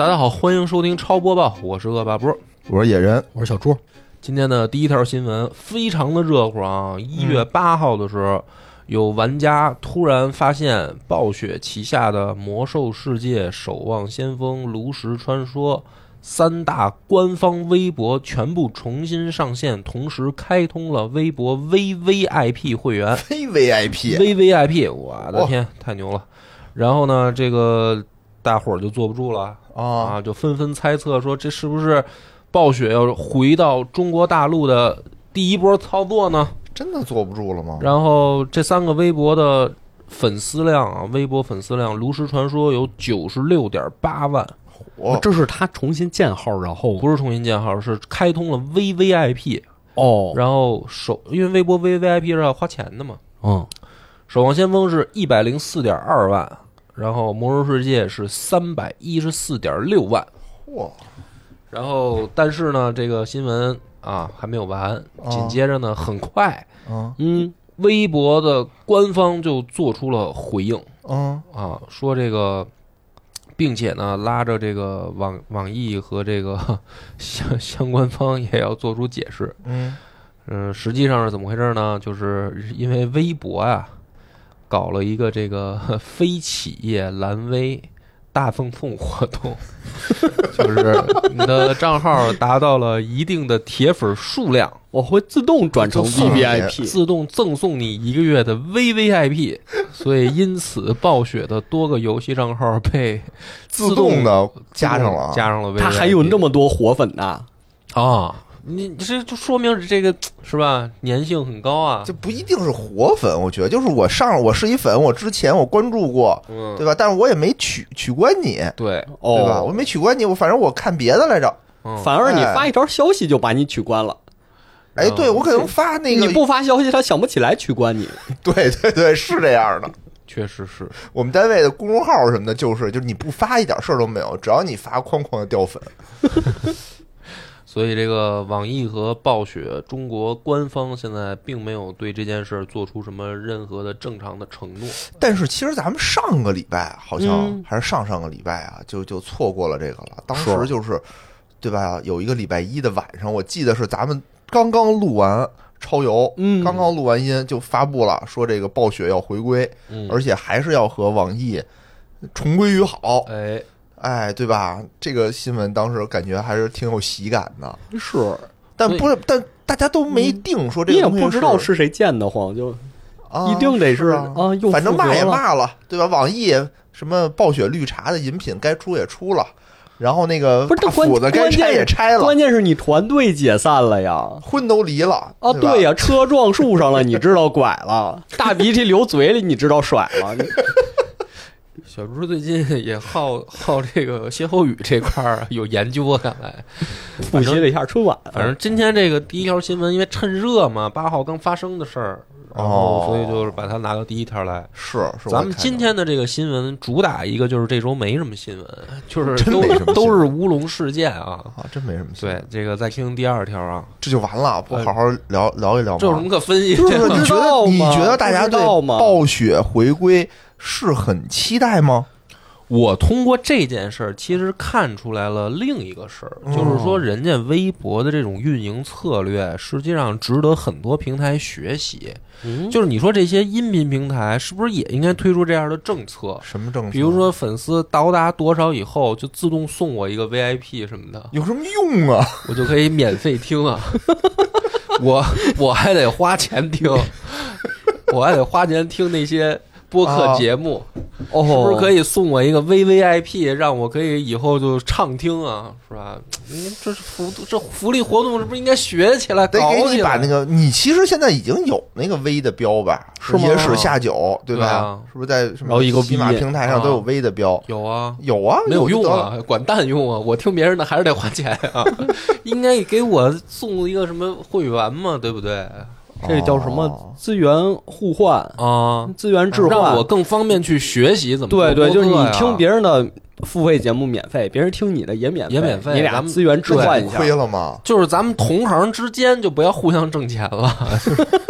大家好，欢迎收听超播报，我是恶霸波， 我是野人， 我是小朱。 今天的第一条新闻非常的热乎啊！1月8号的时候，有玩家突然发现暴雪旗下的《魔兽世界》《守望先锋》《炉石传说》3大官方微博全部重新上线，同时开通了微博 VVIP 会员。VVIP， 我的天，太牛了！然后呢，这个大伙儿就坐不住了啊，就纷纷猜测说，这是不是暴雪要回到中国大陆的第一波操作呢？ 真的坐不住了吗？ 然后这3个微博的粉丝量啊，微博粉丝量，炉石传说有 96.8 万。 这是他重新建号，然后不是重新建号，是开通了 VVIP 哦。 然后因为微博 VVIP 是要花钱的嘛。守望先锋是 104.2 万，然后魔兽世界是 314.6 万。 哇！ 然后但是呢，这个新闻啊还没有完，紧接着呢，很快微博的官方就做出了回应说这个，并且呢拉着这个网易和这个相关方也要做出解释。实际上是怎么回事呢？就是因为微博啊搞了一个这个非企业蓝微大赠送活动，就是你的账号达到了一定的铁粉数量， 我会自动转成 VVIP， 自动赠送你1个月的 VVIP。所以因此暴雪的多个游戏账号被自动的加上了 VVIP。 他还有那么多活粉呢啊！你这就说明这个是吧？粘性很高啊！ 这不一定是活粉，我觉得就是我是一粉，我之前我关注过，对吧？但是我也没取关你， 对吧？我没取关你，反正我看别的来着。 反而你发一条消息就把你取关了。 哎，对，我可能发那个， 你不发消息，他想不起来取关你。 对，是这样的， 确实是。 我们单位的公众号什么的，就是你不发一点事儿都没有，只要你发，哐哐的掉粉。 所以这个网易和暴雪中国官方现在并没有对这件事做出什么任何的正常的承诺。 但是其实咱们上个礼拜好像还是上个礼拜啊，就错过了这个了。当时就是对吧？有一个礼拜一的晚上，我记得是咱们刚刚录完超游，刚刚录完音就发布了，说这个暴雪要回归，而且还是要和网易重归于好。哎，对吧？这个新闻当时感觉还是挺有喜感的。 是， 但大家都没定说这个东西， 你也不知道是谁建的慌，就一定得是又反正骂也骂了，对吧？网易什么暴雪绿茶的饮品该出也出了，然后那个大斧子该拆也拆了， 关键是你团队解散了呀， 婚都离了啊！对呀，车撞树上了，你知道拐了；大鼻涕流嘴里，你知道甩了。 小猪最近也好这个歇后语这块儿有研究啊，看来复习了一下春晚。 反正今天这个第一条新闻，因为趁热嘛，8号刚发生的事儿，然后所以就是把它拿到第一条来。 是咱们今天的这个新闻主打一个就是这周没什么新闻，就是都是乌龙事件啊， 真没什么新闻。 对，这个再听第2条啊， 这就完了，不好好聊一聊吗？ 这有什么可分析？ 就是你觉得大家对暴雪回归是很期待吗？ 我通过这件事儿，其实看出来了另一个事儿，就是说人家微博的这种运营策略，实际上值得很多平台学习。就是你说这些音频平台是不是也应该推出这样的政策？ 什么政策？ 比如说粉丝到达多少以后，就自动送我一个 VIP 什么的， 有什么用啊？ 我就可以免费听啊，我还得花钱听，我还得花钱听那些播客节目，是不是可以送我一个 VVIP， 让我可以以后就畅听啊，是吧？这福利活动是不是应该学起来？ 得给你把那个，你其实现在已经有那个 V 的标吧？ 是吗？ 野史下酒，对吧？ 啊、 是不是在什么喜马平台上都有 V 的标？ 有啊， 没有用啊，管蛋用啊！我听别人的还是得花钱啊，应该给我送一个什么会员嘛，对不对？ 这叫什么资源互换啊？ 资源置换， 让我更方便去学习怎么做。 对，就是你听别人的付费节目免费，别人听你的也免费，你俩资源置换一下。 亏了吗？ 就是咱们同行之间就不要互相挣钱了。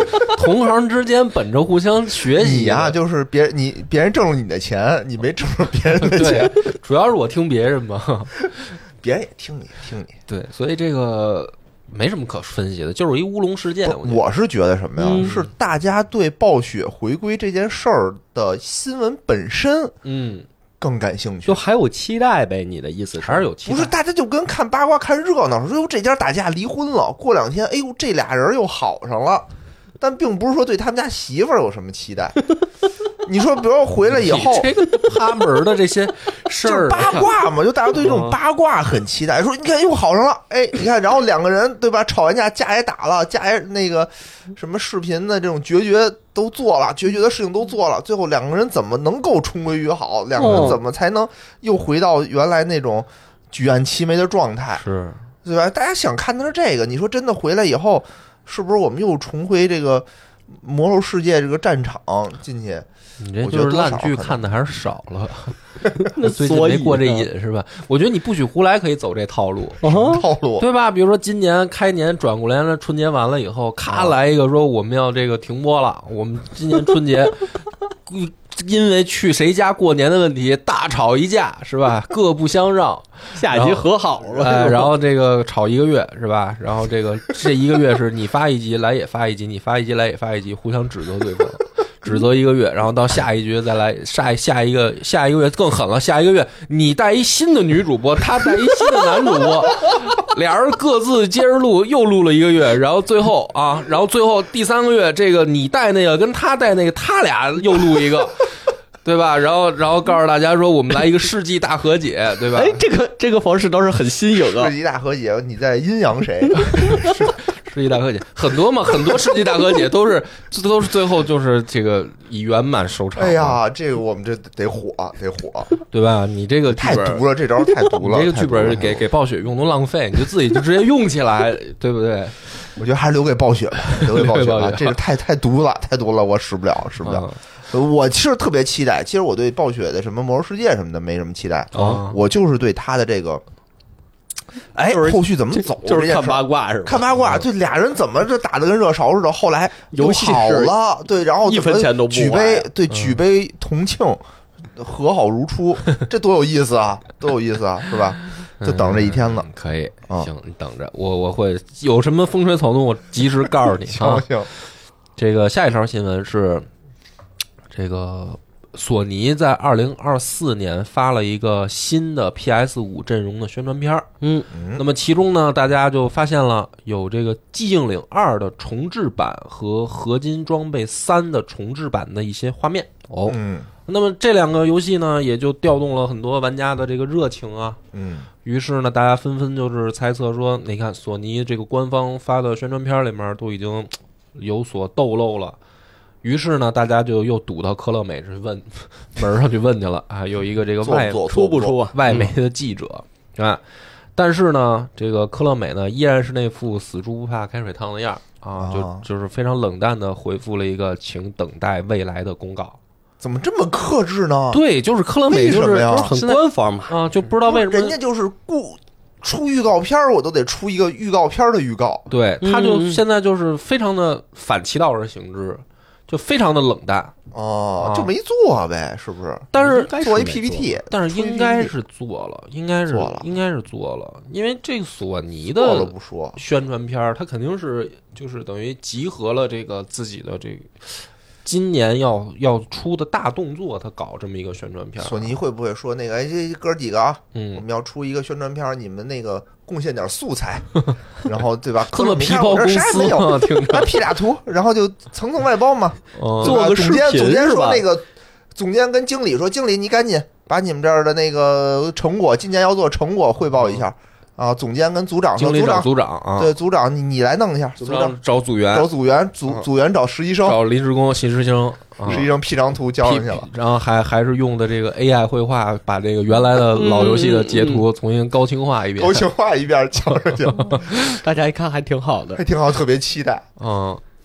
同行之间本着互相学习。 你呀，就是别人挣了你的钱，你没挣着别人的钱。 对，主要是我听别人嘛， 别人也听你。 对，所以这个没什么可分析的，就是一乌龙事件。 我是觉得什么呀？是大家对暴雪回归这件事儿的新闻本身，更感兴趣， 就还有期待呗？你的意思是还是有期待？ 不是，大家就跟看八卦、看热闹，说这家打架离婚了，过2天，哎呦，这俩人又好上了，但并不是说对他们家媳妇儿有什么期待。你说，比如说回来以后， 这个趴门的这些事儿， 就是八卦嘛，就大家对这种八卦很期待。说你看又好上了，哎，你看，然后2个人对吧，吵完架，架也打了，架也那个什么视频的这种决绝都做了，决绝的事情都做了，最后2个人怎么能够重归于好？2个人怎么才能又回到原来那种举案齐眉的状态？ 是， 对吧？大家想看的是这个。你说真的回来以后，是不是我们又重回这个魔兽世界这个战场进去？ 你这就是烂剧看的还是少了，最近没过这瘾是吧？我觉得你不许胡来可以走这套路，对吧？比如说今年开年转过来了，春节完了以后，咔来一个说我们要这个停播了，我们今年春节因为去谁家过年的问题大吵一架是吧？各不相让， 下集和好了， 然后这个吵1个月是吧？然后这1个月是你发一集来也发一集，你发一集来也发一集，互相指责对方。指责1个月，然后到下一局再来下一个月更狠了，下一个月你带一新的女主播，他带一新的男主播，俩人各自接着录，又录了1个月，然后最后第3个月，这个你带那个跟他带那个，他俩又录一个。对吧？然后告诉大家说，我们来一个世纪大和解，对吧？ 哎，这个方式倒是很新颖啊！ 世纪大和解，你在阴阳谁？ 世纪大和解很多嘛，很多世纪大和解都是最后就是这个以圆满收场。 哎呀，这个我们这得火， 对吧？你这个太毒了，这招太毒了。 你这个剧本给暴雪用都浪费，你就自己就直接用起来，对不对？ 我觉得还是留给暴雪吧，留给暴雪吧，这个太毒了，我使不了。我其实特别期待，其实我对暴雪的什么魔兽世界什么的没什么期待，我就是对他的这个，后续怎么走， 就是看八卦是吧？ 看八卦，对俩人怎么这打得跟热勺似的，后来游戏好了，对，然后 1分钱都不举杯，对，举杯同庆，和好如初，这多有意思啊，是吧？就等这一天了， 可以，行，你等着，我会有什么风吹草动，我及时告诉你啊。 行， 这个下一条新闻是。这个索尼在2024年发了一个新的 PS5 阵容的宣传片，那么其中呢，大家就发现了有这个《寂静岭2》的重制版和《合金装备3》的重制版的一些画面那么这2个游戏呢，也就调动了很多玩家的这个热情啊，于是呢，大家纷纷就是猜测说，你看索尼这个官方发的宣传片里面都已经有所透露了。于是呢，大家就又堵到科乐美门上去问去了啊！有一个这个出不出外媒的记者啊，但是呢，这个科乐美呢依然是那副死猪不怕开水烫的样啊，就是非常冷淡的回复了一个请等待未来的公告。 怎么这么克制呢？ 对，就是科乐美就是很官方嘛啊，就不知道为什么人家就是出预告片我都得出一个预告片的预告， 对，他就现在就是非常的反其道而行之。就非常的冷淡就没做呗，是不是？ 但是做一 PPT， 但是应该是做了，应该是做了，因为这个索尼的宣传片，它肯定是就是等于集合了这个自己的这个今年要出的大动作，他搞这么一个宣传片。 索尼会不会说那个这哥几个啊，我们要出一个宣传片，你们那个贡献点素材，然后对吧？ 这么皮包公司吗？P 俩图，然后就层层外包嘛。 做个视频总监是吧？ 说那个总监跟经理说，经理你赶紧把你们这儿的那个成果，今年要做成果汇报一下。啊，总监跟组长说， 组长啊， 对，组长你来弄一下， 组长找组员找实习生， 找临时工、新实习生， 实习生 P 张图交上去了， 然后还是用的这个 AI 绘画，把这个原来的老游戏的截图重新高清化一遍， 交上去， 大家一看还挺好的， 特别期待。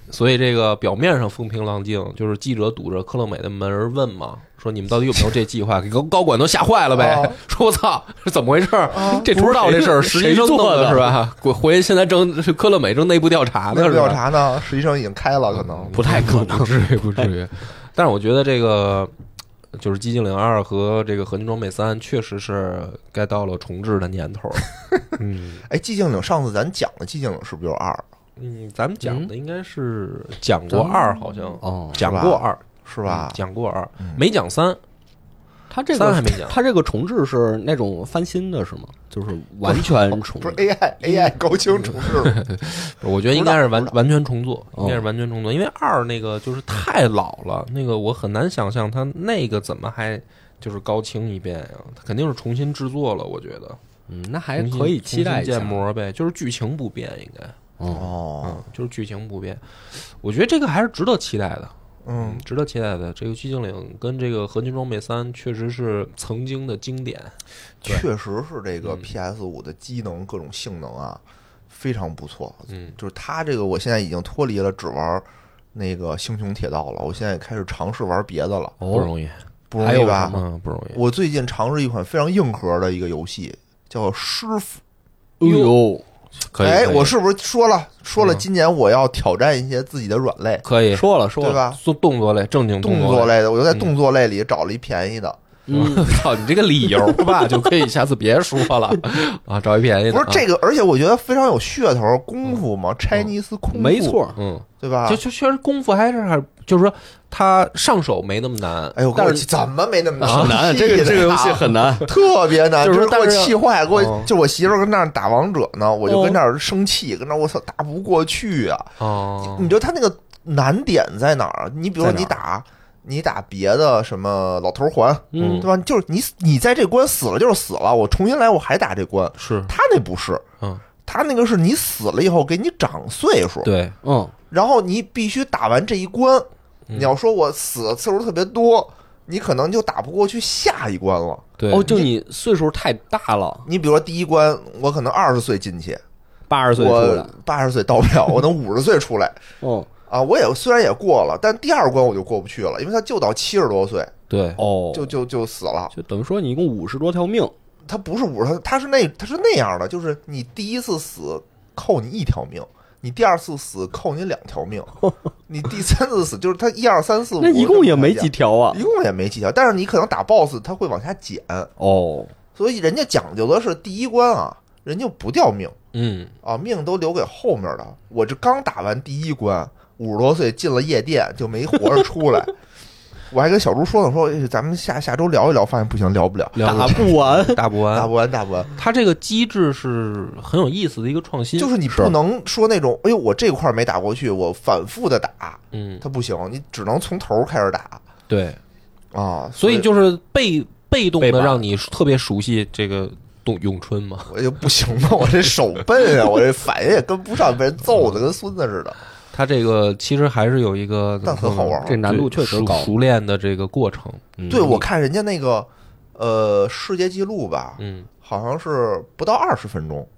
所以这个表面上风平浪静，就是记者堵着科乐美的门问嘛，说你们到底有没有这计划？给高管都吓坏了呗，说我操，是怎么回事？这不知道这事儿，实习生弄的是吧？回去现在科乐美正内部调查呢， 调查呢，实习生已经开了，可能不太可能， 不至于。但是我觉得这个就是《寂静岭2》和这个《合金装备3》，确实是该到了重置的年头。 哎，寂静岭上次咱讲的寂静岭是不是有2？ 咱们讲的应该是讲过2，好像讲过2 是吧？ 讲过2，没讲3。 他这个 3还没讲， 他这个重置是那种翻新的是吗？就是完全重置， 不是 AI 高清重置。 我觉得应该是完全重做，应该是完全重做，因为2那个就是太老了，那个我很难想象他那个怎么还就是高清一遍呀？他肯定是重新制作了，我觉得。 那还可以期待一下。 建模呗，就是剧情不变，应该。就是剧情不变，我觉得这个还是值得期待的。值得期待的。这个寂静岭跟这个合金装备3确实是曾经的经典， 确实是这个 PS5 的机能各种性能啊非常不错。就是它这个我现在已经脱离了只玩那个星穹铁道了，我现在也开始尝试玩别的了。 不容易， 不容易吧？ 不容易。 我最近尝试一款非常硬核的一个游戏，叫师傅。 哎呦！ 我是不是说了？今年我要挑战一些自己的软类， 可以说了， 对吧？ 做动作类，正经动作类的，我就在动作类里找了一便宜的。 操，你这个理由吧，就可以下次别说了啊，找一便宜的。 不是这个，而且我觉得非常有噱头，功夫嘛，Chinese 功夫， 没错， 对吧？ 就确实功夫还是就是说他上手没那么难。 哎呦， 但是怎么没那么难？难，这个游戏很难， 特别难， 就是给我气坏。就我媳妇跟那儿打王者呢，我就跟那儿生气，跟那儿我操打不过去啊！你觉得他那个难点在哪儿？你比如说你打别的什么老头环，对吧？就是你在这关死了就是死了，我重新来我还打这关。 是他那不是，他那个是你死了以后给你涨岁数， 对， 然后你必须打完这一关。你要说我死的次数特别多，你可能就打不过去下一关了。 对， 就你岁数太大了。 你比如说第一关，我可能20岁进去 ，80岁出来 ，80岁到不了，我能50岁出来。我也虽然也过了，但第2关我就过不去了，因为他就到70多岁， 对， 就死了， 就等于说你一共50多条命。 他不是50，他是那样的，就是你第一次死扣你1条命，你第2次死扣你2条命，你第3次死就是他1、2、3、4、5， 那一共也没几条啊， 一共也没几条，但是你可能打 BOSS 他会往下减所以人家讲究的是第一关啊，人家不掉命，命都留给后面的。我这刚打完第一关。50多岁进了夜店就没活着出来，我还跟小猪说呢，说咱们下周聊一聊，发现不行，聊不了， 打不完。 他这个机制是很有意思的一个创新， 就是你不能说那种，哎呦，我这块没打过去，我反复的打，他不行，你只能从头开始打， 对所以就是被动的让你特别熟悉这个咏春嘛， 我就不行嘛，我这手笨啊，我这反应也跟不上，被人揍的跟孙子似的。 它这个其实还是有一个， 但很好玩， 这难度确实高， 熟练的这个过程。 对，我看人家那个世界纪录吧，好像是不到20分钟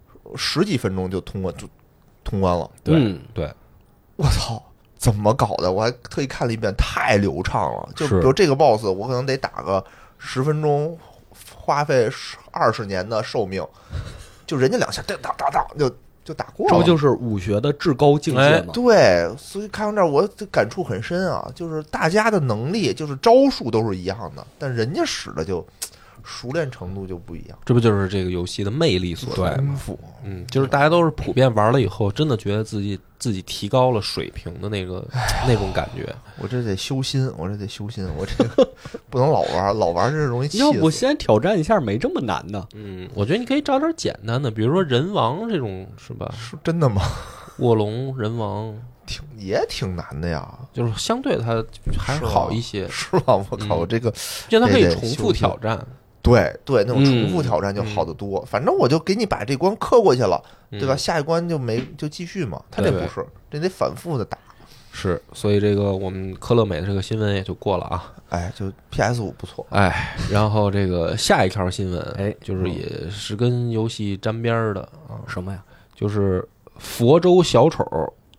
，10几分钟就通关了。 对， 我操，怎么搞的？我还特意看了一遍，太流畅了。就比如这个 BOSS，我可能得打个10分钟，花费20年的寿命，就人家2下当就打过了， 这就是武学的至高境界嘛。 对，所以看到这儿我感触很深啊，就是大家的能力，就是招数都是一样的，但人家使的就熟练程度就不一样。 这不就是这个游戏的魅力所在吗？就是大家都是普遍玩了以后，真的觉得自己提高了水平的那种感觉。 我这得修心，我这个不能老玩这容易气死。 要不先挑战一下没这么难的？ 我觉得你可以找点简单的，比如说人王这种，是吧？ 是真的吗？ 卧龙人王也挺难的呀， 就是相对它还是好一些， 是吧？我靠，这个就它可以重复挑战。 对，那种重复挑战就好得多。反正我就给你把这关磕过去了，对吧？下一关就继续嘛。他这不是，这得反复的打。 是，所以这个我们科乐美的这个新闻也就过了啊。 就 PS5 不错。 然后这个下一条新闻，就是也是跟游戏沾边的啊。 什么呀？ 就是佛州小丑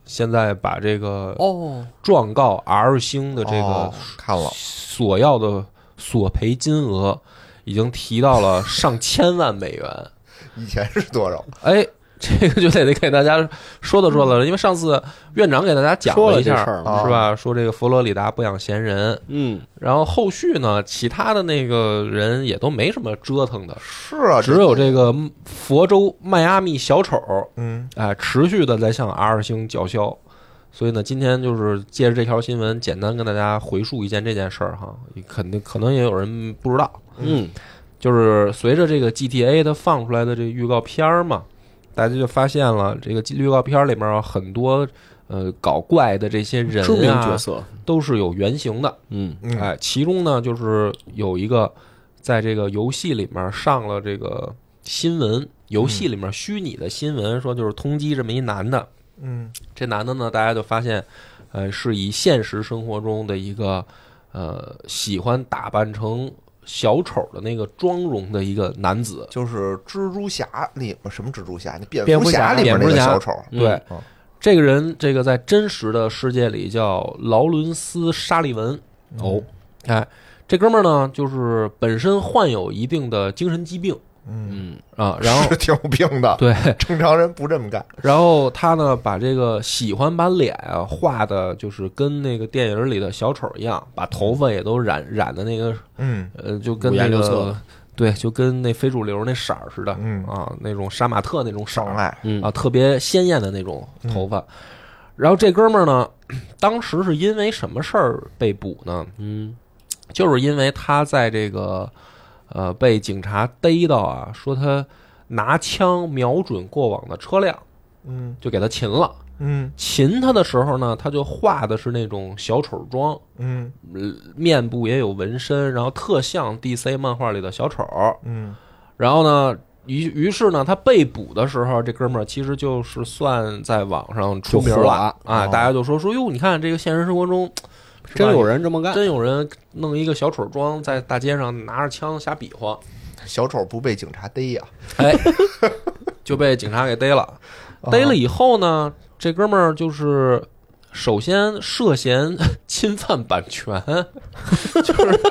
现在把这个状告 R 星的这个看了索要的索赔金额已经提到了上千万美元。 以前是多少？ 哎，这个就得给大家说了，因为上次院长给大家讲了一下，是吧？说这个佛罗里达不养闲人，然后后续呢，其他的那个人也都没什么折腾的， 是啊， 只有这个佛州迈阿密小丑，持续的在向 R 星叫嚣。所以呢，今天就是借着这条新闻，简单跟大家回述这件事儿哈，可能也有人不知道，就是随着这个 GTA 它放出来的这个预告片嘛，大家就发现了这个预告片里面有很多搞怪的这些人啊， 知名角色都是有原型的。其中呢就是有一个在这个游戏里面上了这个新闻，游戏里面虚拟的新闻，说就是通缉这么一男的。这男的呢，大家就发现是以现实生活中的一个喜欢打扮成小丑的那个妆容的一个男子， 就是蜘蛛侠里什么蜘蛛侠？那蝙蝠侠里面那个小丑。 对，这个人这个在真实的世界里叫劳伦斯·沙利文。这哥们儿呢，就是本身患有一定的精神疾病。然后是挺有病的， 对， 正常人不这么干。 然后他呢，把这个喜欢把脸啊画的，就是跟那个电影里的小丑一样，把头发也都染的那个，就跟那个，对，就跟那非主流那色儿似的，那种杀马特那种色儿，特别鲜艳的那种头发。然后这哥们儿呢，当时是因为什么事儿被捕呢？就是因为他在这个。被警察逮到啊，说他拿枪瞄准过往的车辆，就给他擒了。擒他的时候呢，他就画的是那种小丑妆，面部也有纹身，然后特像 DC 漫画里的小丑。然后呢，于是呢，他被捕的时候，这哥们儿其实就是算在网上出名了啊，大家就说哟，你看这个现实生活中。 真有人这么干， 真有人弄一个小丑妆在大街上拿着枪瞎比划， 小丑不被警察逮呀， 就被警察给逮了。逮了以后呢，这哥们儿就是首先涉嫌侵犯版权，就是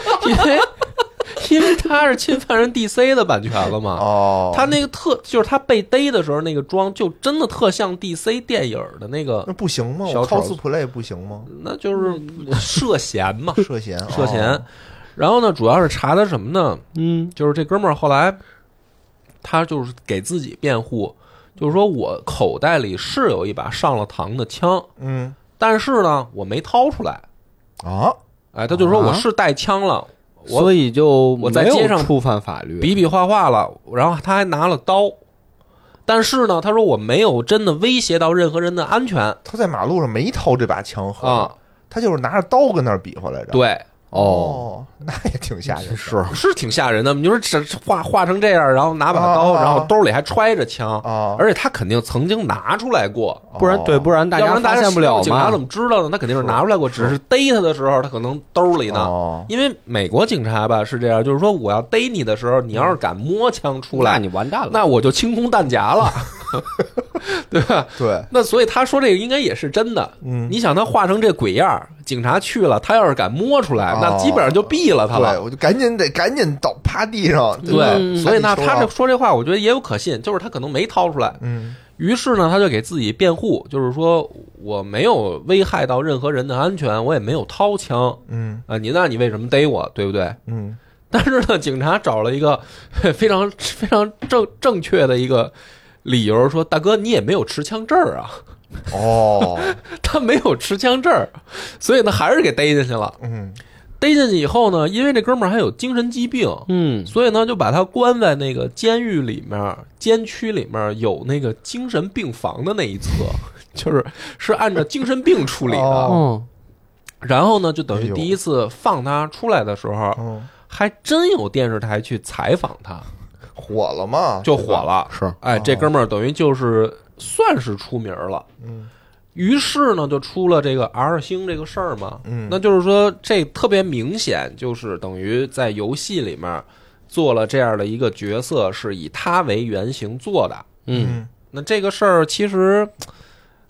因为他是侵犯人 DC 的版权了嘛。他那个就是他被逮的时候那个妆就真的特像 DC 电影的那个， 那不行吗？我 cosplay 不行吗？ 那就是涉嫌嘛， 涉嫌。 然后呢，主要是查他什么呢？就是这哥们儿后来他就是给自己辩护，就是说我口袋里是有一把上了膛的枪，但是呢我没掏出来啊。 他就说我是带枪了。 所以就我在街上触犯法律， 比比划划了，然后他还拿了刀，但是呢，他说我没有真的威胁到任何人的安全。 他在马路上没掏这把枪他就是拿着刀跟那儿比划来着。 对， 那也挺吓人， 是挺吓人的。你说这画成这样，然后拿把刀，然后兜里还揣着枪，而且他肯定曾经拿出来过， 不然大家发现不了吗？ 警察怎么知道呢？他肯定是拿出来过，只是逮他的时候他可能兜里呢。因为美国警察吧是这样，就是说我要逮你的时候，你要是敢摸枪出来， 那你完蛋了， 那我就清空弹夹了。对吧？ 对， 那所以他说这个应该也是真的。你想他画成这鬼样，警察去了，他要是敢摸出来，那基本上就毙了他了。 对，我就赶紧倒趴地上。 对，所以呢，他这说这话，我觉得也有可信，就是他可能没掏出来。于是呢，他就给自己辩护，就是说我没有危害到任何人的安全，我也没有掏枪。那你为什么逮我？对不对？但是呢，警察找了一个非常非常正确的一个理由，说大哥你也没有持枪证啊。他没有持枪证，所以呢还是给逮进去了。逮进去以后呢，因为这哥们儿还有精神疾病，所以呢就把他关在那个监狱里面，监区里面有那个精神病房的那一侧，是按照精神病处理的。然后呢，就等于第一次放他出来的时候，还真有电视台去采访他， 火了嘛， 就火了。 是， 这哥们儿等于就是算是出名了。于是呢，就出了这个 R 星这个事儿嘛。那就是说，这特别明显，就是等于在游戏里面做了这样的一个角色，是以他为原型做的。那这个事儿其实，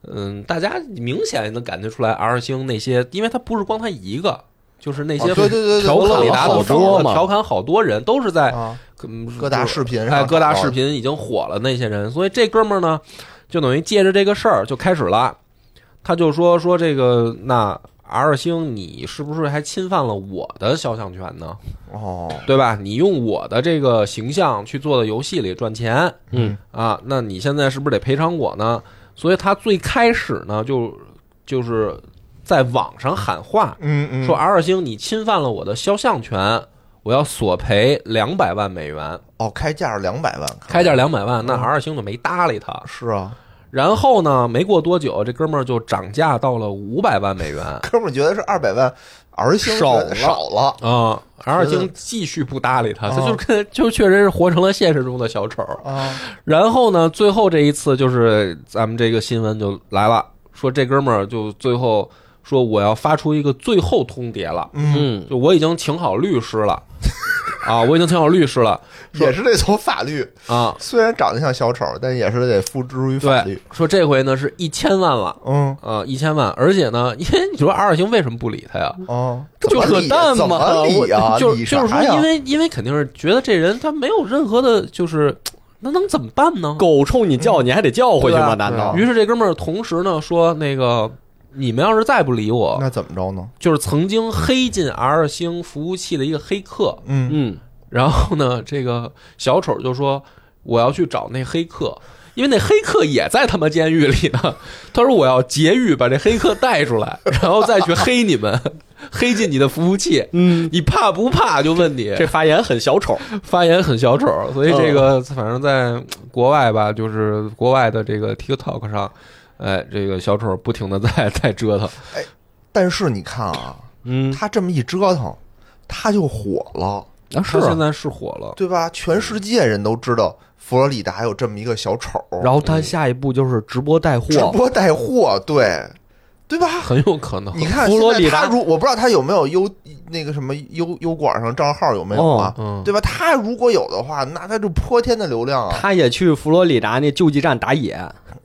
大家明显能感觉出来 R 星那些，因为他不是光他一个，就是那些调侃里达的调侃好多人都是在各大视频上， 各大视频已经火了那些人，所以这哥们儿呢，就等于借着这个事儿就开始了，他就说这个那 R 星你是不是还侵犯了我的肖像权呢？对吧？你用我的这个形象去做的游戏里赚钱，那你现在是不是得赔偿我呢？所以他最开始呢，就是在网上喊话，说 R 星你侵犯了我的肖像权，我要索赔200万美元。 开价200万， 开价200万，那 R 星就没搭理他。 是啊。 然后呢，没过多久，这哥们儿就涨价到了500万美元。 哥们儿觉得是200万，R 星少了啊！R 星继续不搭理他，他就确实是活成了现实中的小丑啊。然后呢，最后这一次就是咱们这个新闻就来了，说这哥们儿就最后说我要发出一个最后通牒了，就我已经请好律师了。我已经请好律师了， 也是得走法律啊。 虽然长得像小丑，但也是得付诸于法律。 说这回呢是1000万了，1000万，而且呢，因为你说 R 星为什么不理他呀？ 就扯淡嘛， 就是说，因为肯定是觉得这人他没有任何的，就是那能怎么办呢？ 狗冲你叫，你还得叫回去吗？难道？ 于是这哥们儿同时呢说那个。你们要是再不理我， 那怎么着呢？ 就是曾经黑进 R 星服务器的一个黑客，然后呢，这个小丑就说我要去找那黑客，因为那黑客也在他妈监狱里呢。他说我要劫狱，把这黑客带出来，然后再去黑你们，黑进你的服务器。你怕不怕？就问你。 这发言很小丑， 发言很小丑。所以这个反正在国外吧，就是国外的这个 TikTok 上。这个小丑不停的在折腾， 但是你看啊，他这么一折腾，他就火了， 是现在是火了， 对吧？全世界人都知道佛罗里达有这么一个小丑， 然后他下一步就是直播带货， 对吧？ 很有可能。 你看佛罗里达， 我不知道他有没有那个什么优管上账号有没有啊？对吧？他如果有的话，那他就泼天的流量啊！ 他也去佛罗里达那救济站打野。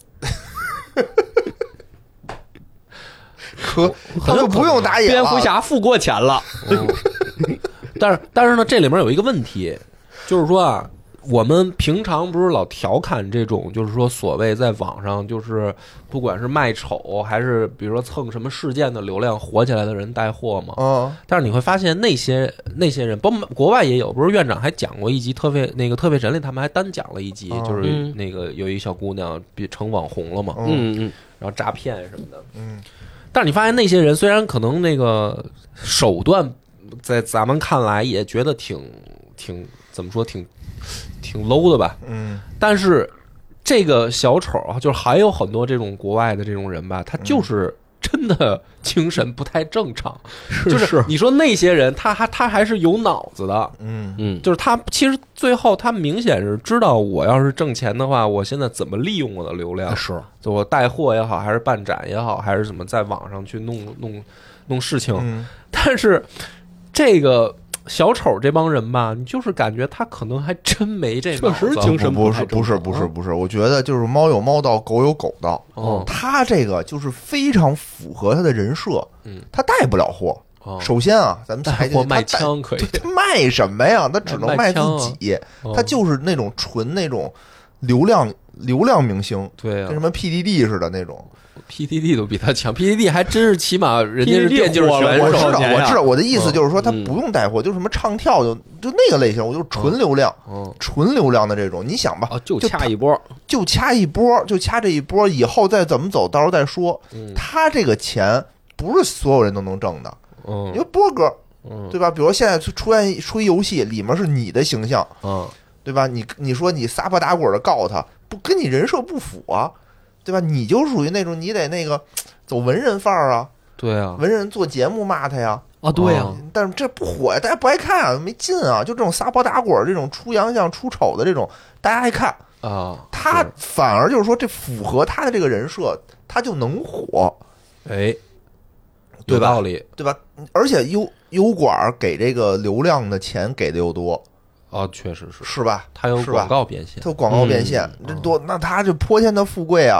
他就不用打野了， 蝙蝠侠付过钱了。 但是呢，这里面有一个问题，就是说啊，我们平常不是老调侃这种，就是说所谓在网上就是不管是卖丑还是比如说蹭什么事件的流量火起来的人带货嘛。但是你会发现那些人，包括国外也有，不是院长还讲过一集特别神里，他们还单讲了一集，就是那个有一小姑娘成网红了嘛，然后诈骗什么的，但是你发现那些人虽然可能那个手段在咱们看来也觉得挺怎么说挺 low 的吧，但是这个小丑啊，就是还有很多这种国外的这种人吧，他就是真的精神不太正常，就是你说那些人他还是有脑子的，就是他其实最后他明显是知道我要是挣钱的话，我现在怎么利用我的流量， 是就我带货也好，还是办展也好，还是怎么在网上去弄事情，但是这个小丑这帮人吧，你就是感觉他可能还真没这个， 确实精神不是，我觉得就是猫有猫道，狗有狗道。他这个就是非常符合他的人设。他带不了货。首先啊，咱们带货卖枪可以， 他卖什么呀？他只能卖自己。他就是那种纯那种流量明星， 对啊， 跟什么 PDD 似的那种。 PDD 都比他强 ，PDD 还真是起码人家是电竞选手。 我知道，我的意思就是说他不用带货，就什么唱跳就那个类型，我就是纯流量，纯流量的这种。你想吧， 就掐一波， 就掐这一波，以后再怎么走，到时候再说。他这个钱不是所有人都能挣的，因为波哥，对吧？比如现在出一游戏，里面是你的形象，对吧？你说你撒泼打滚的告他，不跟你人设不符啊。对吧？你就属于那种你得那个走文人范儿啊， 对啊， 文人做节目骂他呀， 对呀， 但是这不火呀，大家不爱看啊，没劲啊，就这种撒泼打滚这种出洋相出丑的这种，大家爱看啊， 他反而就是说这符合他的这个人设，他就能火， 有道理， 对吧？而且油管给这个流量的钱给的又多。 确实是吧？ 他有广告变现， 他有广告变现，这多，那他这泼天的富贵啊！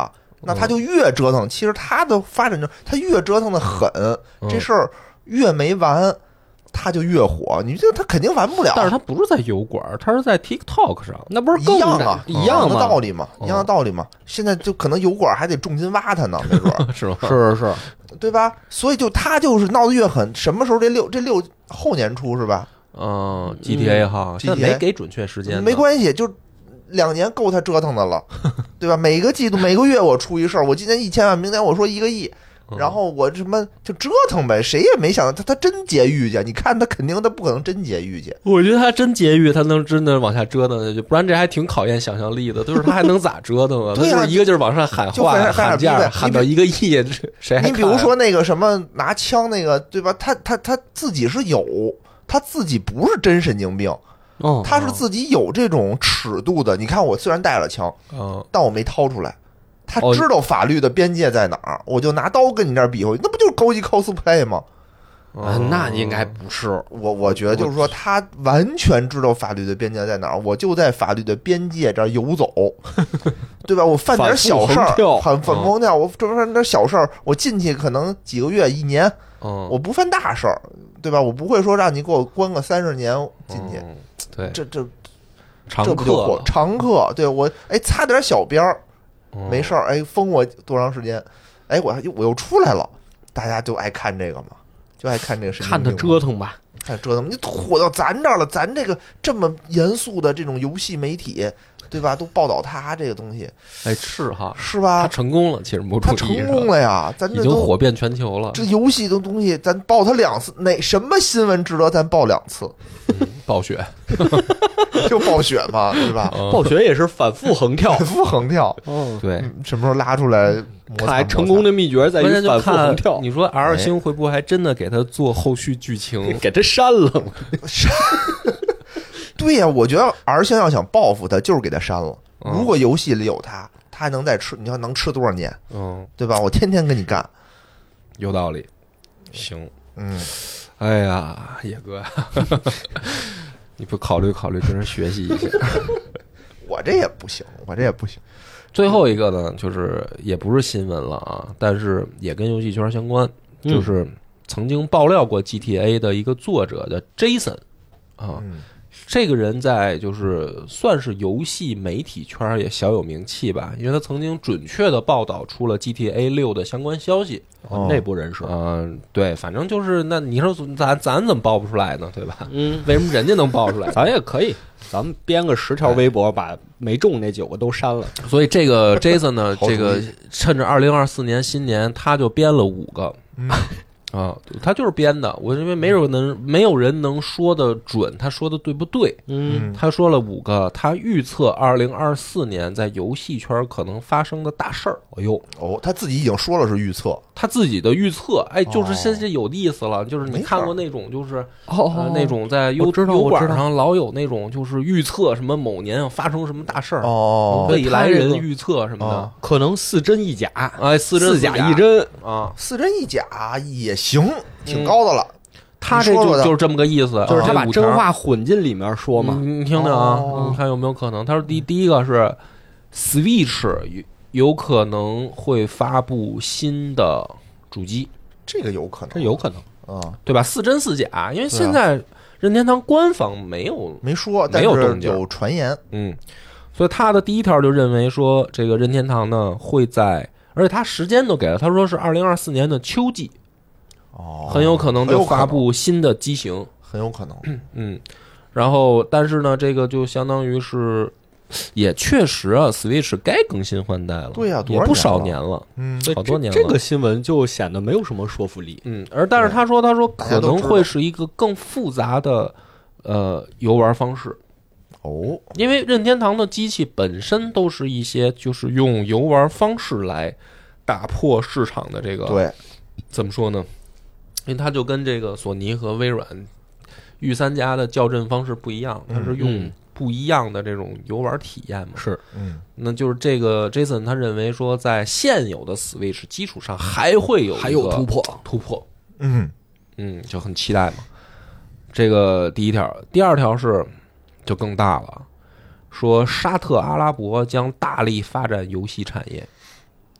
那他就越折腾。其实他的发展他越折腾的狠，这事儿越没完，他就越火。你这他肯定完不了。 但是他不是在油管，他是在 TikTok 上， 那不是一样吗？ 一样的道理嘛，一样的道理嘛。现在就可能油管还得重金挖他呢，没准是吗？ 是， 对吧？所以他就是闹得越狠，什么时候这六后年出是吧 ？GTA 哈，现在没给准确时间， 没关系，就2年够他折腾的了，对吧？每个季度每个月我出一事儿，我今年1000万，明年我说1个亿。然后我什么就折腾呗，谁也没想到他真节狱去。你看他肯定他不可能真节狱去。 我觉得他真节狱，他能真的往下折腾下去，不然这还挺考验想象力的。就是他还能咋折腾啊？ 对呀， 他就是一个劲儿往上喊话、喊价，喊到1个亿，谁还？ 你比如说那个什么拿枪那个，对吧？他自己是有，他自己不是真神经病。他是自己有这种尺度的。你看我虽然带了枪，但我没掏出来。他知道法律的边界在哪儿，我就拿刀跟你这儿比划，那不就是高级 cosplay 吗？ 那应该不是。 我觉得就是说，他完全知道法律的边界在哪儿，我就在法律的边界这儿游走，对吧？我犯点小事儿，反复横跳，我这犯点小事儿，我进去可能几个月、1年，我不犯大事儿，对吧？我不会说让你给我关个30年进去， 对， 这常客常客，对我擦点小边儿。没事儿，封我多长时间？我又出来了，大家就爱看这个嘛，就爱看这个神经病， 看他折腾吧， 看折腾，你火到咱这儿了，咱这个这么严肃的这种游戏媒体，对吧？都报道他这个东西， 是哈， 是吧？ 他成功了，其实某种意义上他成功了呀，咱这已经火遍全球了。 这游戏的东西，咱报他2次，什么新闻值得咱报2次？ 暴雪就暴雪嘛，对吧？ 暴雪也是反复横跳， 反复横跳。 对， 什么时候拉出来？ 看来成功的秘诀在于反复横跳。 你说 R 星会不会还真的给他做后续剧情？ 给他删了？ 对呀，我觉得 R 星要想报复他，就是给他删了。如果游戏里有他还能再吃，你要能吃多少年？对吧？我天天跟你干， 有道理。行，哎呀，野哥呀，你不考虑考虑，跟人学习一下。 我这也不行， 最后一个呢，就是也不是新闻了啊，但是也跟游戏圈相关，就是曾经爆料过 GTA 的一个作者叫 Jason 啊。这个人在就是算是游戏媒体圈也小有名气吧，因为他曾经准确的报道出了 GTA 6的相关消息。 内部人士， 对，反正就是那你说咱怎么报不出来呢？对吧？为什么人家能报出来？ 咱也可以，咱们编个10条微博，把没中那9个都删了。 所以这个 Jason 呢，这个趁着2024年新年，他就编了5个。他就是编的，我认为没有人能说的准，他说的对不对？他说了5个，他预测2024年在游戏圈可能发生的大事儿。 他自己已经说了是预测， 他自己的预测，就是现在有意思了，就是你看过那种就是那种在油管上老有那种就是预测什么某年要发生什么大事儿，未来人预测什么的， 可能4真1假 ，4 假1真啊，4真1假也行，挺高的了。 他这就是这么个意思， 就是他把真话混进里面说嘛。 你听听啊，你看有没有可能？他说第一个是 Switch 有可能会发布新的主机， 这个有可能， 这有可能对吧？4真4假，因为现在任天堂官方没说， 没有动静， 有传言， 所以他的第一条就认为说，这个任天堂呢会在，而且他时间都给了，他说是2024年的秋季，很有可能就发布新的机型， 很有可能， 然后但是呢，这个就相当于是。也确实啊 ，Switch 该更新换代了， 对呀， 也不少年了，好多年了。 这个新闻就显得没有什么说服力， 但是他说可能会是一个更复杂的游玩方式，因为任天堂的机器本身都是一些就是用游玩方式来打破市场的这个， 对， 怎么说呢？因为它就跟这个索尼和微软御三家的校正方式不一样，它是用。不一样的这种游玩体验嘛， 是， 那就是这个 Jason 他认为说，在现有的 Switch 基础上还会有突破，就很期待嘛。这个第一条，第二条是就更大了，说沙特阿拉伯将大力发展游戏产业，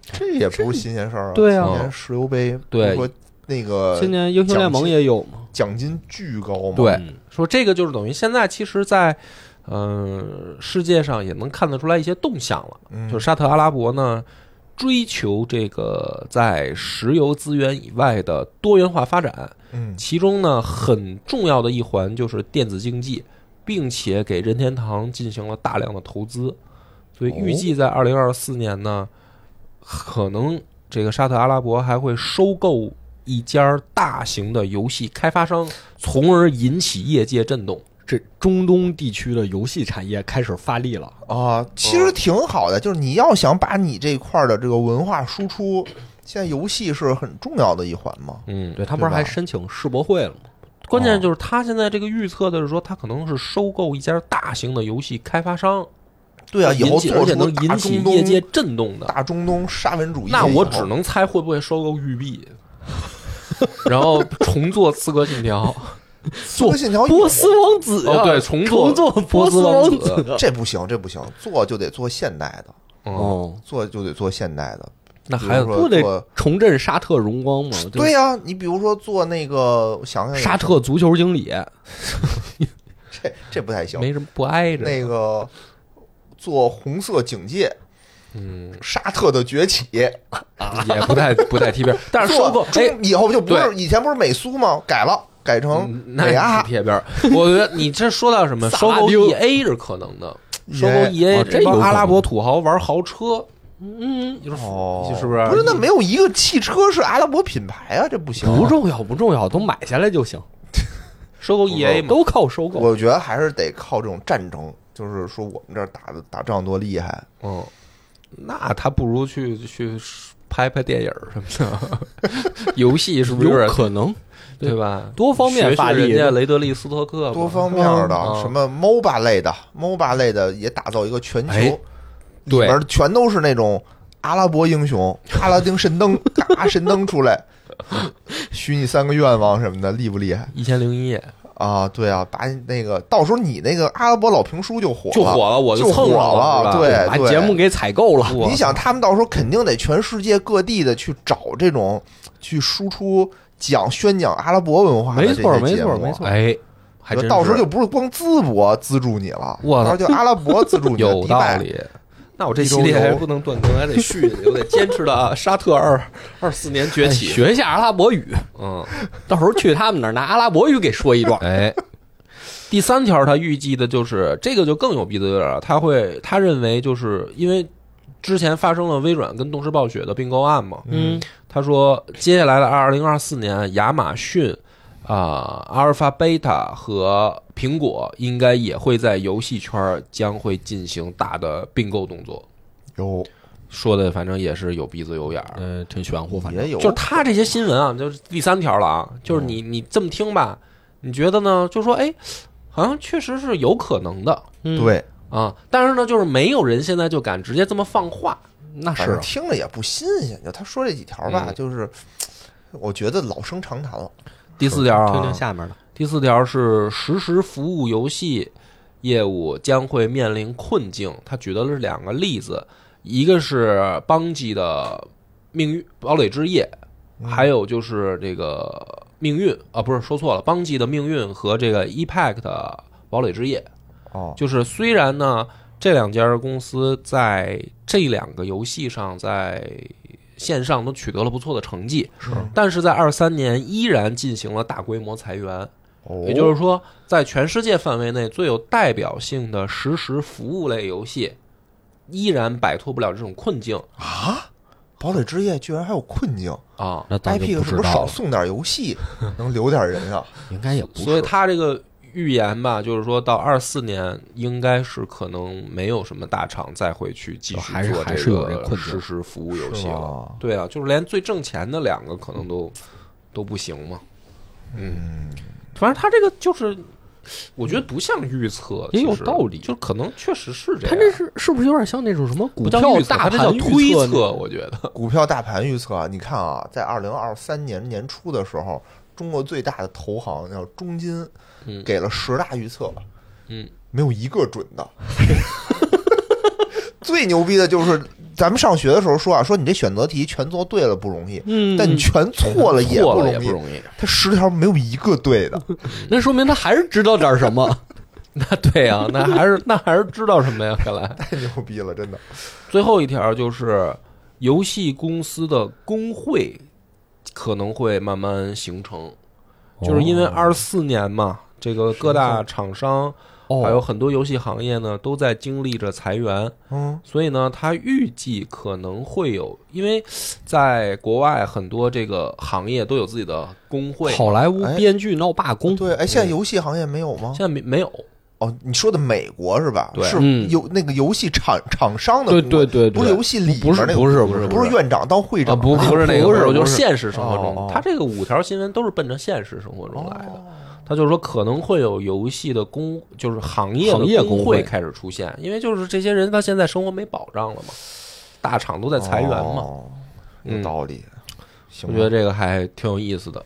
这也不是新鲜事儿啊。 对啊， 今年世euro杯， 对， 说那个今年英雄联盟也有嘛， 奖金巨高嘛。 对，说这个就是等于现在其实在世界上也能看得出来一些动向了，就是沙特阿拉伯呢追求这个在石油资源以外的多元化发展，其中呢很重要的一环就是电子竞技，并且给任天堂进行了大量的投资，所以预计在2024年呢，可能这个沙特阿拉伯还会收购一家大型的游戏开发商，从而引起业界震动。 这中东地区的游戏产业开始发力了啊，其实挺好的。就是你要想把你这块的这个文化输出，现在游戏是很重要的一环嘛。 对，他不是还申请世博会了吗？ 关键就是他现在这个预测的是说，他可能是收购一家大型的游戏开发商。 对啊，以后做而且能引起业界震动的大中东沙文主义。 那我只能猜会不会收购育碧，然后重做《刺客信条》。 做信条波斯王子啊，对，重做波斯王子， 这不行，这不行，做就得做现代的，做就得做现代的。 那还有不得重振沙特荣光吗？ 对呀，你比如说做那个，我想想， 沙特足球经理， 这不太行， 没什么不挨着。 那个做红色警戒。沙特的崛起也不太贴边，但是收购以后就不是以前不是美苏吗？改了。改成美亚贴边，我觉得你这说到什么收购 EA 是可能的，收购 EA 这帮阿拉伯土豪玩豪车，是不是？ 不是，那没有一个汽车是阿拉伯品牌啊，这不行。 不重要，都买下来就行。 收购 EA 都靠收购， 我觉得还是得靠这种战争，就是说我们这儿打仗多厉害。 那他不如去拍电影什么的，游戏是不是有可能？ 对吧？ 多方面发力， 人家雷德利·斯托克， 多方面的，什么 MOBA 类的也打造一个全球，里边全都是那种阿拉伯英雄，阿拉丁神灯，嘎神灯出来，许你3个愿望什么的，厉不厉害 ？1001夜啊，对啊，把那个到时候你那个阿拉伯老评书就火了，我就蹭了，对， 把节目给采购了。 你想，他们到时候肯定得全世界各地的去找这种去输出。宣讲阿拉伯文化的这些节目， 没错， 哎， 到时候就不是光淄博资助你了，到时候就阿拉伯资助你， 有道理。那我这系列还不能断更，还得续，我得坚持的沙特24年崛起， 学一下阿拉伯语。到时候去他们那儿拿阿拉伯语给说一段。 哎，第3条他预计的就是这个就更有鼻子有点了，他认为就是因为之前发生了微软跟动视暴雪的并购案嘛，他说接下来的2024年，亚马逊阿尔法贝塔和苹果应该也会在游戏圈将会进行大的并购动作。说的反正也是有鼻子有眼儿， 挺玄乎，反正有。 就是他这些新闻啊，就是第3条了啊，就是你这么听吧，你觉得呢？就说哎，好像确实是有可能的， 对啊，但是呢，就是没有人现在就敢直接这么放话。 那是听着也不新鲜，就他说这几条吧，就是我觉得老生常谈了。 第4条啊， 听听下面的。 第4条是实时服务游戏业务将会面临困境。他举的是2个例子，一个是邦吉的命运堡垒之夜，还有就是这个命运啊，不是说错了，邦吉的命运和这个 EPAC 的堡垒之夜。就是虽然呢。这2家公司在这2个游戏上在线上都取得了不错的成绩，但是在23年依然进行了大规模裁员。也就是说，在全世界范围内最有代表性的实时服务类游戏，依然摆脱不了这种困境啊！堡垒之夜居然还有困境啊！ 那 IP 是不是少送点游戏，能留点人啊？ 应该也不是。 所以他这个。预言吧，就是说到24年，应该是可能没有什么大厂再会去继续做这个实时服务游戏了。对啊，就是连最挣钱的2个可能都不行嘛。反正他这个就是，我觉得不像预测， 也有道理， 就可能确实是这样。 他这是不是有点像那种什么股票大盘推测？我觉得股票大盘预测，你看啊，在2023年年初的时候，中国最大的投行叫中金。给了10大预测，没有一个准的， 最牛逼的就是咱们上学的时候说啊，说你这选择题全做对了不容易，但你全错了也不容易。他10条没有一个对的， 那说明他还是知道点什么。 那对啊，那还是知道什么呀？看来太牛逼了，真的。 最后一条就是游戏公司的工会可能会慢慢形成，就是因为24年嘛，这个各大厂商还有很多游戏行业呢都在经历着裁员，所以呢，他预计可能会有，因为在国外很多这个行业都有自己的工会， 好莱坞编剧闹罢工， 对，现在游戏行业没有吗？ 现在没有。 哦，你说的美国是吧？ 对， 是有那个游戏厂商的， 对， 不是游戏里面那个，不是院长当会长， 不是那个，就是现实生活中，他这个5条新闻都是奔着现实生活中来的。他就是说可能会有游戏的就是行业的工会开始出现，因为就是这些人他现在生活没保障了嘛，大厂都在裁员嘛， 有道理。 我觉得这个还挺有意思的。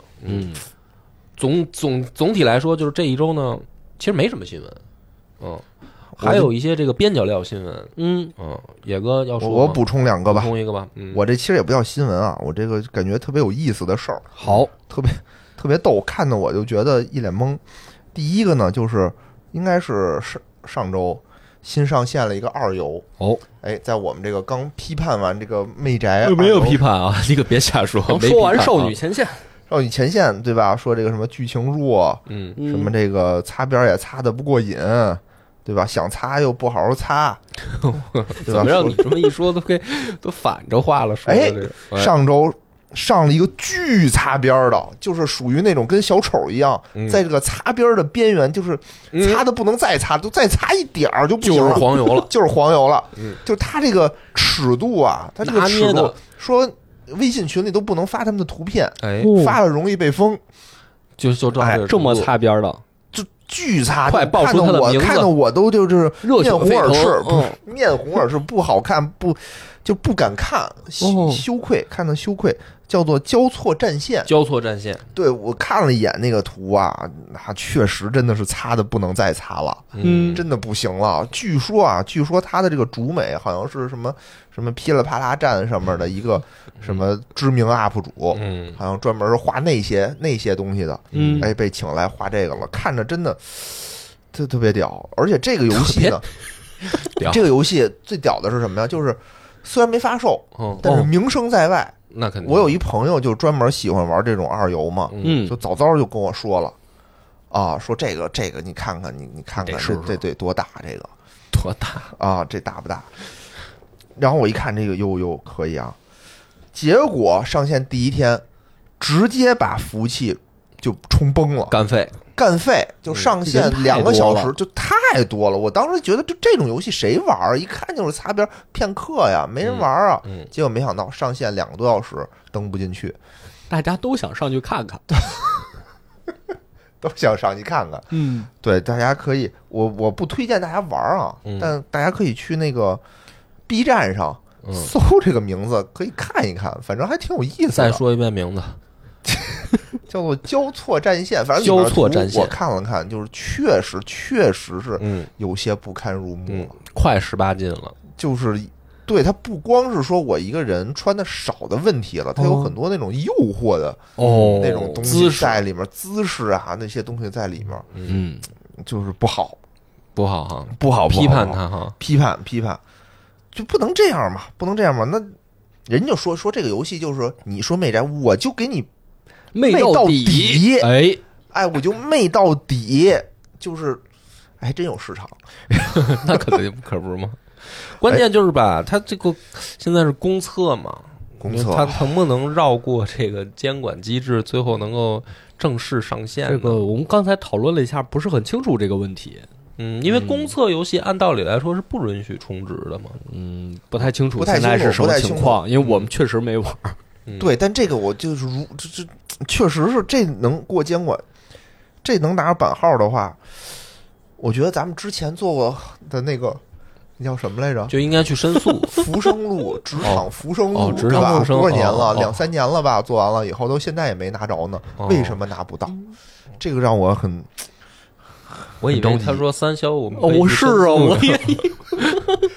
总体来说，就是这一周呢，其实没什么新闻。还有一些这个边角料新闻。野哥要说， 我补充2个吧， 补充一个吧。 我这其实也不叫新闻啊，我这个感觉特别有意思的事儿。 好， 特别逗，看的我就觉得一脸懵。第一个呢，就是应该是上周新上线了一个2游。在我们这个刚批判完这个魅宅， 没有批判啊，你可别瞎说。 说完少女前线。 少女前线对吧？说这个什么剧情弱，什么这个擦边也擦得不过瘾，对吧？想擦又不好好擦， 对吧？怎么让你这么一说都反着话了？说上周上了一个巨擦边的，就是属于那种跟小丑一样，在这个擦边的边缘，就是擦的不能再擦，就再擦一点儿就不行了， 就是黄油了， 就是黄油了。就是他这个尺度啊，他这个尺度说。微信群里都不能发他们的图片，发了容易被封， 就这么擦边的， 就巨擦， 快报出他的名字， 看得我都就是面红耳赤， 面红耳赤，不好看，就不敢看，羞愧，看得羞愧。叫做交错战线，对，我看了一眼那个图啊，那确实真的是擦的不能再擦了，真的不行了。据说他的这个主美好像是什么噼里啪啦站上面的一个什么知名 UP 主，好像专门是画那些东西的，被请来画这个了，看着真的特别屌。而且这个游戏呢，这个游戏最屌的是什么呀？就是虽然没发售，但是名声在外。 那肯定， 我有一朋友就专门喜欢玩这种2游嘛，就早就跟我说了，说这个你看看，你看看这多大，这个多大啊？这大不大？然后我一看这个又可以啊，结果上线第一天直接把服务器就冲崩了，干废，就上线2个小时就太多了。我当时觉得这种游戏谁玩？一看就是擦边骗客呀，没人玩啊。结果没想到上线2个多小时登不进去， 大家都想上去看看， 都想上去看看。对，大家可以，我不推荐大家玩啊，但大家可以去那个 B 站上搜这个名字，可以看一看，反正还挺有意思的。 再说一遍名字。 叫做交错战线，反正交错战线我看了看，就是确实是有些不堪入目了， 快18禁了。 就是对它不光是说我一个人穿的少的问题了，它有很多那种诱惑的那种东西在里面，姿势啊那些东西在里面，就是不好哈， 不好， 批判他哈， 批判，就不能这样嘛，那人就说这个游戏就是你说魅宅，我就给你。媚到底，我就媚到底，就是真有市场， 那可不是吗？关键就是吧，它这个现在是公测嘛，它能不能绕过这个监管机制，最后能够正式上线？ 这个我们刚才讨论了一下，不是很清楚这个问题。 因为公测游戏按道理来说是不允许充值的嘛。 不太清楚现在是什么情况，因为我们确实没玩。 对，但这个我就是这确实是这能过监管，这能拿着版号的话，我觉得咱们之前做过的那个叫什么来着， 就应该去申诉。 浮生路，职场浮生路， 职场浮生多少年了？2-3年了吧？做完了以后，到现在也没拿着呢，为什么拿不到？这个让我很， 我以为他说3消我们是啊，我也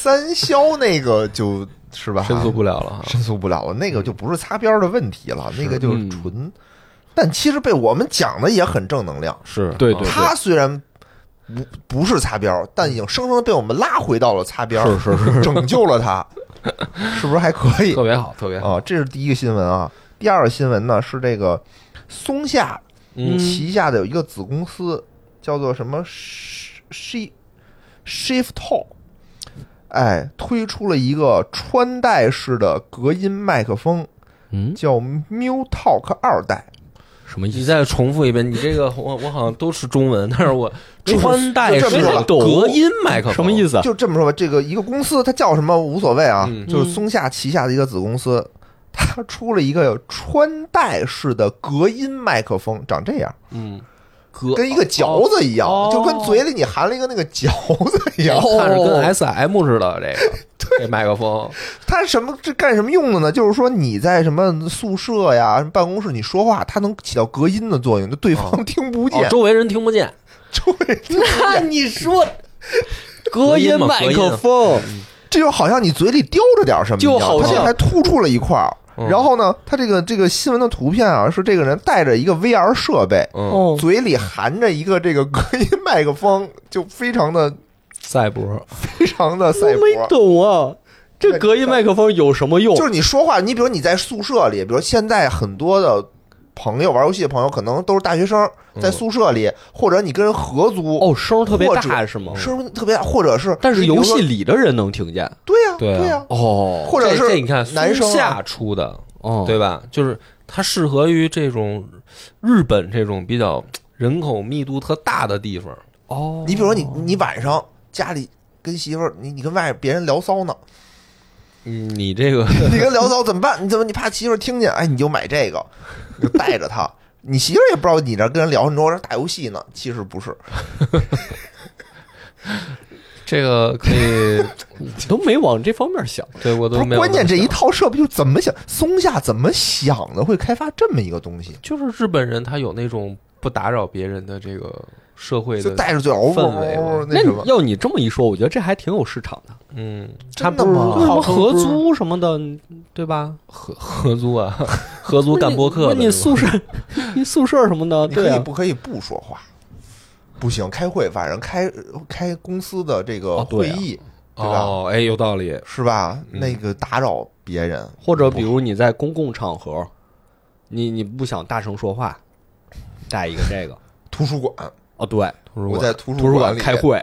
三消那个就是吧， 申诉不了了， 申诉不了了，那个就不是擦边的问题了，那个就是纯。但其实被我们讲的也很正能量， 是对对， 他虽然不是擦边，但已经生生的被我们拉回到了擦边， 是拯救了他，是不是还可以？ 特别好，特别好啊！这是第一个新闻啊。第二个新闻呢是这个松下旗下的有一个子公司叫做什么 Shift， 哎，推出了一个穿戴式的隔音麦克风，叫 MuTalk 2代。 什么意思？ 你再重复一遍，你这个我好像都是中文，但是我穿戴式的隔音麦克风什么意思？ 就这么说吧，这个一个公司它叫什么无所谓啊，就是松下旗下的一个子公司，它出了一个穿戴式的隔音麦克风，长这样，跟一个嚼子一样，就跟嘴里你含了一个那个嚼子一样， 看着跟 SM 似的。这麦克风， 它这干什么用的呢？就是说你在什么宿舍呀、办公室，你说话，它能起到隔音的作用，就对方听不见， 周围人听不见， 周围人听不见。 看你说隔音麦克风， 这就好像你嘴里叼着点什么一样， 就好像还突出了一块儿。然后呢，他这个新闻的图片啊，是这个人带着一个 VR 设备，嘴里含着一个这个隔音麦克风，就非常的赛博， 非常的赛博。 我没懂啊，这隔音麦克风有什么用？ 就是你说话，你比如你在宿舍里，比如现在很多的朋友玩游戏的朋友，可能都是大学生，在宿舍里，或者你跟人合租， 声特别大是吗？ 声特别大，或者是， 但是游戏里的人能听见。 对呀， 或者是这你看男生下出的，对吧？就是它适合于这种日本这种比较人口密度特大的地方。 你比如说你晚上家里跟媳妇儿，你跟外边别人聊骚呢。 你这个你跟聊骚怎么办？你怕媳妇儿听见？哎，你就买这个，你就带着它。你媳妇儿也不知道你这跟人聊，你说我这打游戏呢，其实不是。 这个可以， 你都没往这方面想。 对我都没有。 关键这一套设备就怎么想，松下怎么想的会开发这么一个东西？ 就是日本人他有那种不打扰别人的这个社会的就带着嘴氛围。 那什么？ 要你这么一说，我觉得这还挺有市场的。 他不是合租什么的，对吧？ 合租啊，合租干播客的。 你宿舍什么的，对啊， 不可以不说话？不行，开会晚上开公司的这个会议，对吧？ 哎，有道理， 是吧？那个打扰别人， 或者比如你在公共场合，你不想大声说话，带一个这个。 图书馆对， 我在图书馆开会，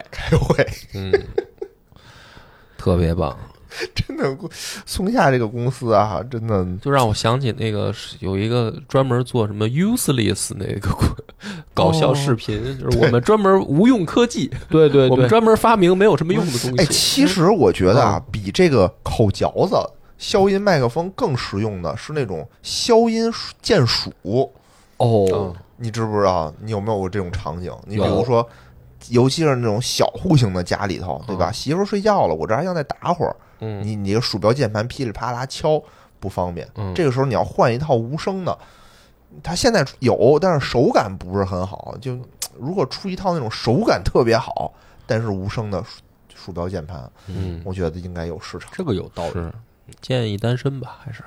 特别棒。 真的，松下这个公司啊，真的就让我想起那个有一个专门做什么 useless 那个搞笑视频，就是我们专门无用科技， 对， 我们专门发明没有什么用的东西。 哎，其实我觉得啊，比这个口嚼子消音麦克风更实用的是那种消音键鼠。你知不知道？你有没有过这种场景？你比如说，尤其是那种小户型的家里头，对吧？媳妇睡觉了，我这还想再打会儿。你这个鼠标键盘噼里啪啦敲不方便。这个时候你要换一套无声的，它现在有，但是手感不是很好。就如果出一套那种手感特别好，但是无声的鼠标键盘，我觉得应该有市场。 这个有道理。 建议单身吧，还是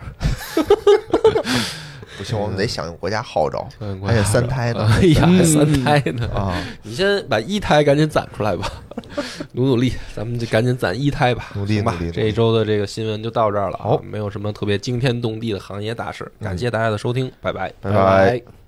不行，我们得响应国家号召，而且3胎呢。 哎呀，3胎呢啊！ 你先把1胎赶紧攒出来吧，努力，咱们就赶紧攒1胎吧， 努力吧。 这一周的这个新闻就到这儿了，好，没有什么特别惊天动地的行业大事，感谢大家的收听，拜拜， 拜拜。